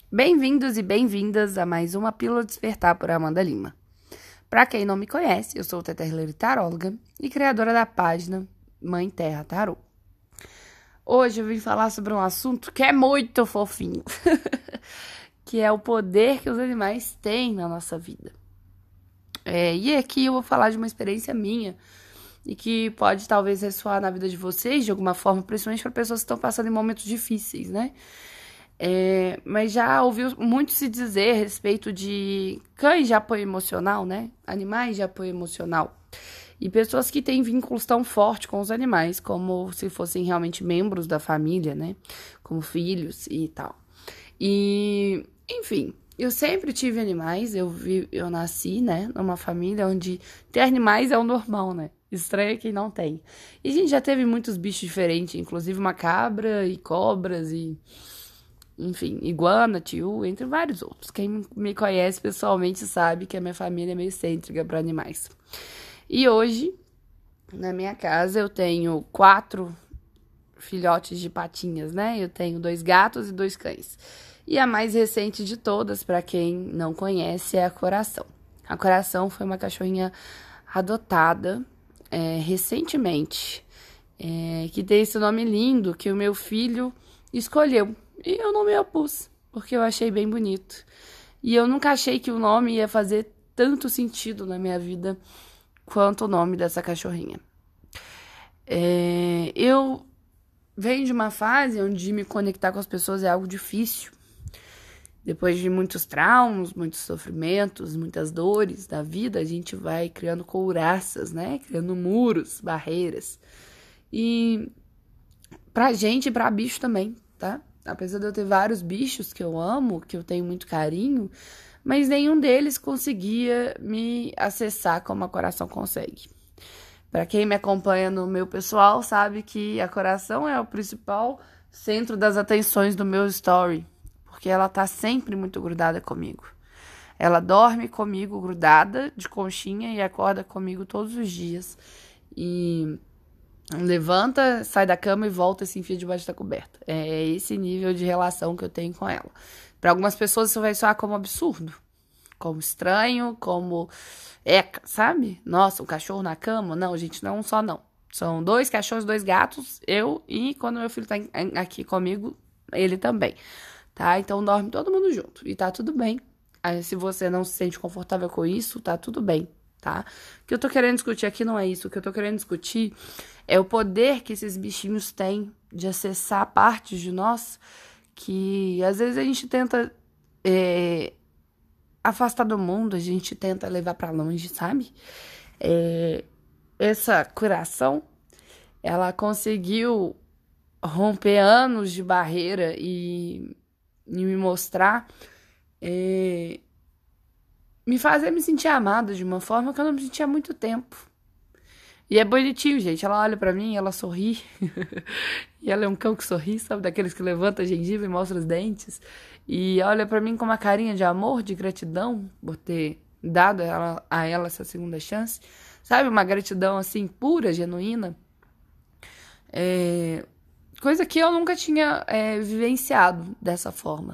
Bem-vindos e bem-vindas a mais uma Pílula Despertar por Amanda Lima. Para quem não me conhece, eu sou Teta Hilary Taróloga e criadora da página Mãe Terra Tarô. Hoje eu vim falar sobre um assunto que é muito fofinho, que é o poder que os animais têm na nossa vida. E aqui eu vou falar de uma experiência minha e que pode talvez ressoar na vida de vocês de alguma forma, principalmente para pessoas que estão passando em momentos difíceis, né? Mas já ouviu muito se dizer a respeito de cães de apoio emocional, né? Animais de apoio emocional. E pessoas que têm vínculos tão fortes com os animais, como se fossem realmente membros da família, né? Como filhos e tal. E, enfim, eu sempre tive animais, eu nasci, né, numa família onde ter animais é o normal, né? Estranho quem não tem. E a gente já teve muitos bichos diferentes, inclusive uma cabra e cobras e... enfim, iguana, tiu, entre vários outros. Quem me conhece pessoalmente sabe que a minha família é meio excêntrica para animais. E hoje, na minha casa, eu tenho 4 filhotes de patinhas, né? Eu tenho 2 gatos e 2 cães. E a mais recente de todas, para quem não conhece, é a Coração. A Coração foi uma cachorrinha adotada recentemente, que tem esse nome lindo que o meu filho escolheu. E eu não me opus, porque eu achei bem bonito. E eu nunca achei que o nome ia fazer tanto sentido na minha vida quanto o nome dessa cachorrinha. Eu venho de uma fase onde me conectar com as pessoas é algo difícil. Depois de muitos traumas, muitos sofrimentos, muitas dores da vida, a gente vai criando couraças, né? Criando muros, barreiras. E pra gente e pra bicho também, tá? Apesar de eu ter vários bichos que eu amo, que eu tenho muito carinho, mas nenhum deles conseguia me acessar como a Coração consegue. Para quem me acompanha no meu pessoal, sabe que a Coração é o principal centro das atenções do meu story, porque ela tá sempre muito grudada comigo. Ela dorme comigo grudada de conchinha e acorda comigo todos os dias. E levanta, sai da cama e volta e se enfia debaixo da coberta. É esse nível de relação que eu tenho com ela. Para algumas pessoas isso vai soar como absurdo, como estranho, como sabe? Nossa, um cachorro na cama? Não, gente, não só não. São 2 cachorros, 2 gatos, eu e quando meu filho tá aqui comigo, ele também, tá? Então dorme todo mundo junto e tá tudo bem. Aí, se você não se sente confortável com isso, tá tudo bem, tá? O que eu tô querendo discutir aqui não é isso. O que eu tô querendo discutir é o poder que esses bichinhos têm de acessar partes de nós que às vezes a gente tenta afastar do mundo, a gente tenta levar pra longe, sabe? Essa Coração, ela conseguiu romper anos de barreira e me mostrar, me fazer me sentir amada de uma forma que eu não me sentia há muito tempo. E é bonitinho, gente. Ela olha pra mim, ela sorri. E ela é um cão que sorri, sabe? Daqueles que levanta a gengiva e mostra os dentes. E olha pra mim com uma carinha de amor, de gratidão por ter dado a ela essa segunda chance. Sabe? Uma gratidão, assim, pura, genuína. Coisa que eu nunca tinha vivenciado dessa forma.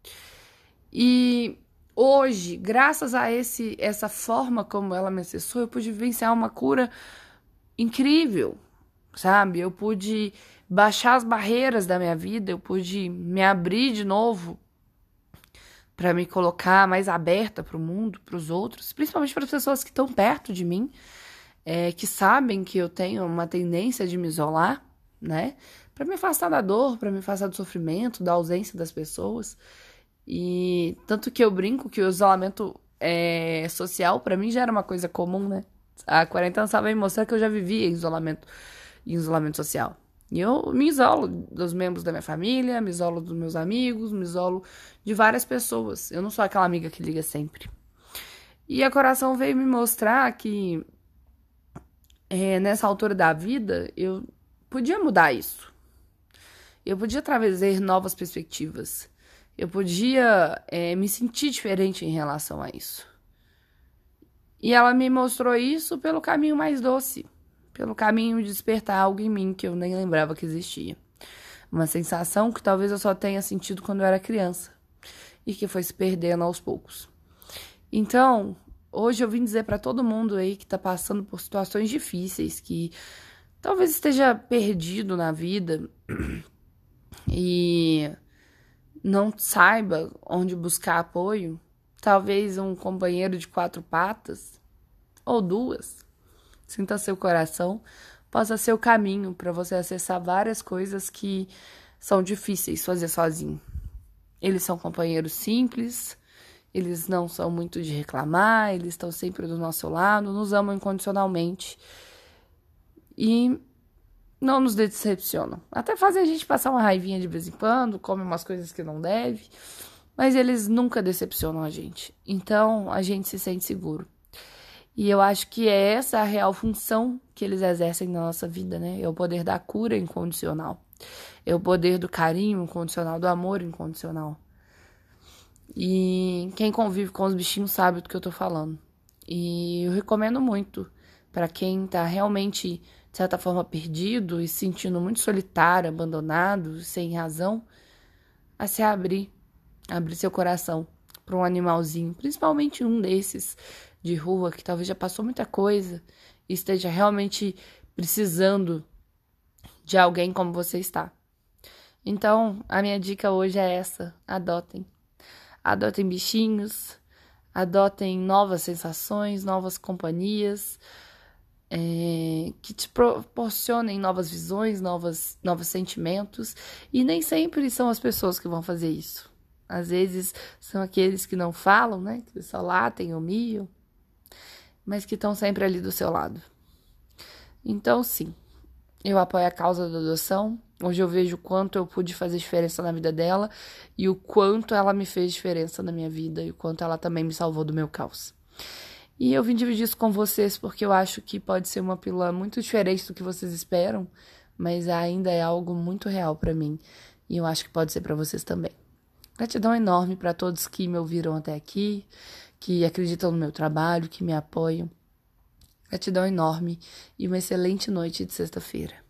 E hoje, graças a essa forma como ela me acessou, eu pude vivenciar uma cura incrível, sabe? Eu pude baixar as barreiras da minha vida, eu pude me abrir de novo para me colocar mais aberta para o mundo, para os outros, principalmente para as pessoas que estão perto de mim, que sabem que eu tenho uma tendência de me isolar, né? Para me afastar da dor, para me afastar do sofrimento, da ausência das pessoas. E tanto que eu brinco que o isolamento social para mim já era uma coisa comum, né? Há 40 anos estava me mostrando que eu já vivia em isolamento social. E eu me isolo dos membros da minha família, me isolo dos meus amigos, me isolo de várias pessoas. Eu não sou aquela amiga que liga sempre. E a Coração veio me mostrar que nessa altura da vida eu podia mudar isso. Eu podia trazer novas perspectivas. Eu podia me sentir diferente em relação a isso. E ela me mostrou isso pelo caminho mais doce, pelo caminho de despertar algo em mim que eu nem lembrava que existia. Uma sensação que talvez eu só tenha sentido quando eu era criança, e que foi se perdendo aos poucos. Então, hoje eu vim dizer para todo mundo aí que tá passando por situações difíceis, que talvez esteja perdido na vida e não saiba onde buscar apoio, talvez um companheiro de 4 patas ou 2, sinta seu coração, possa ser o caminho para você acessar várias coisas que são difíceis fazer sozinho. Eles são companheiros simples, eles não são muito de reclamar, eles estão sempre do nosso lado, nos amam incondicionalmente e não nos decepcionam. Até fazem a gente passar uma raivinha de vez em quando, come umas coisas que não deve, mas eles nunca decepcionam a gente. Então, a gente se sente seguro. E eu acho que é essa a real função que eles exercem na nossa vida, né? É o poder da cura incondicional. É o poder do carinho incondicional, do amor incondicional. E quem convive com os bichinhos sabe do que eu tô falando. E eu recomendo muito para quem tá realmente, de certa forma, perdido e se sentindo muito solitário, abandonado, sem razão, a se abrir seu coração para um animalzinho, principalmente um desses de rua que talvez já passou muita coisa e esteja realmente precisando de alguém como você está. Então, a minha dica hoje é essa: adotem. Adotem bichinhos, adotem novas sensações, novas companhias, que te proporcionem novas visões, novos sentimentos. E nem sempre são as pessoas que vão fazer isso. Às vezes são aqueles que não falam, né? Que só latem ou miam, mas que estão sempre ali do seu lado. Então, sim, eu apoio a causa da adoção. Hoje eu vejo o quanto eu pude fazer diferença na vida dela e o quanto ela me fez diferença na minha vida e o quanto ela também me salvou do meu caos. E eu vim dividir isso com vocês porque eu acho que pode ser uma pílula muito diferente do que vocês esperam, mas ainda é algo muito real pra mim e eu acho que pode ser pra vocês também. Gratidão enorme para todos que me ouviram até aqui, que acreditam no meu trabalho, que me apoiam. Gratidão enorme e uma excelente noite de sexta-feira.